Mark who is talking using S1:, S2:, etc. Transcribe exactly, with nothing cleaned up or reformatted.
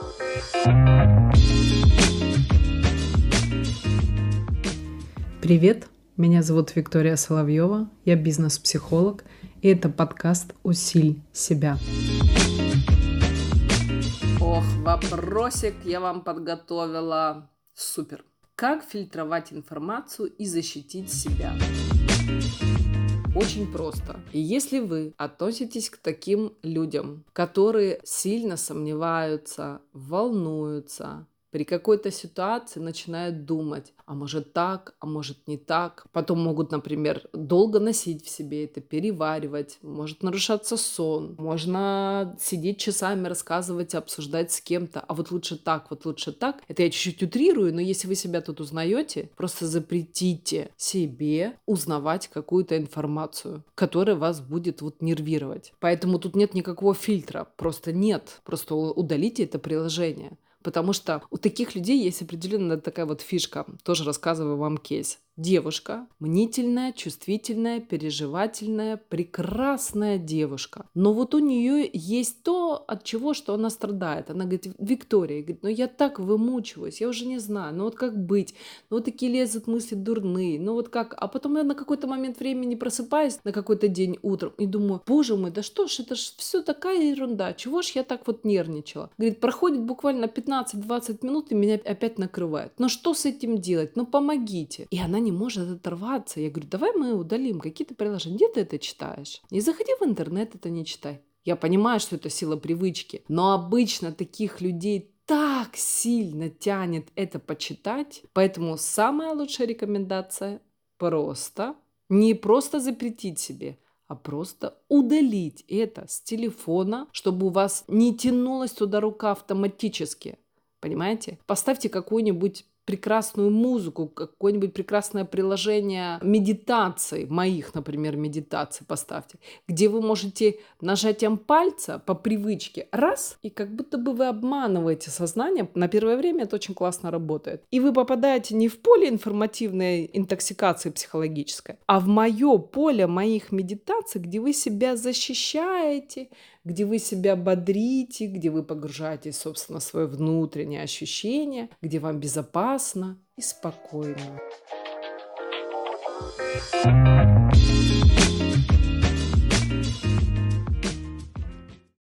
S1: Привет, меня зовут Виктория Соловьева, я бизнес-психолог, и это подкаст «Усиль себя».
S2: Ох, вопросик я вам подготовила. Супер. Как фильтровать информацию и защитить себя? Очень просто. И если вы относитесь к таким людям, которые сильно сомневаются, волнуются, при какой-то ситуации начинают думать, а может так, а может не так. Потом могут, например, долго носить в себе это, переваривать, может нарушаться сон, можно сидеть часами, рассказывать, обсуждать с кем-то, а вот лучше так, вот лучше так. Это я чуть-чуть утрирую, но если вы себя тут узнаете, просто запретите себе узнавать какую-то информацию, которая вас будет вот нервировать. Поэтому тут нет никакого фильтра, просто нет, просто удалите это приложение. Потому что у таких людей есть определенная такая вот фишка. Тоже рассказываю вам кейс. Девушка, мнительная, чувствительная, переживательная, прекрасная девушка. Но вот у нее есть то, от чего что она страдает. Она говорит: Виктория, говорит, ну я так вымучиваюсь, я уже не знаю, ну вот как быть, ну вот такие лезут мысли дурные, ну вот как. А потом я на какой-то момент времени просыпаюсь, на какой-то день утром, и думаю: боже мой, да что ж, это ж все такая ерунда, чего ж я так вот нервничала. Говорит, проходит буквально пятнадцать-двадцать минут, и меня опять накрывает. Ну что с этим делать? Ну помогите. И она не может оторваться. Я говорю: давай мы удалим какие-то приложения. Где ты это читаешь? Не заходи в интернет, это не читай. Я понимаю, что это сила привычки, но обычно таких людей так сильно тянет это почитать. Поэтому самая лучшая рекомендация – просто, не просто запретить себе, а просто удалить это с телефона, чтобы у вас не тянулась туда рука автоматически. Понимаете? Поставьте какую-нибудь прекрасную музыку, какое-нибудь прекрасное приложение медитаций, моих, например, медитаций поставьте, где вы можете нажатием пальца по привычке раз, и как будто бы вы обманываете сознание. На первое время это очень классно работает. И вы попадаете не в поле информативной интоксикации психологической, а в мое поле моих медитаций, где вы себя защищаете, где вы себя бодрите, где вы погружаетесь, собственно, в свое внутреннее ощущение, где вам безопасно и спокойно.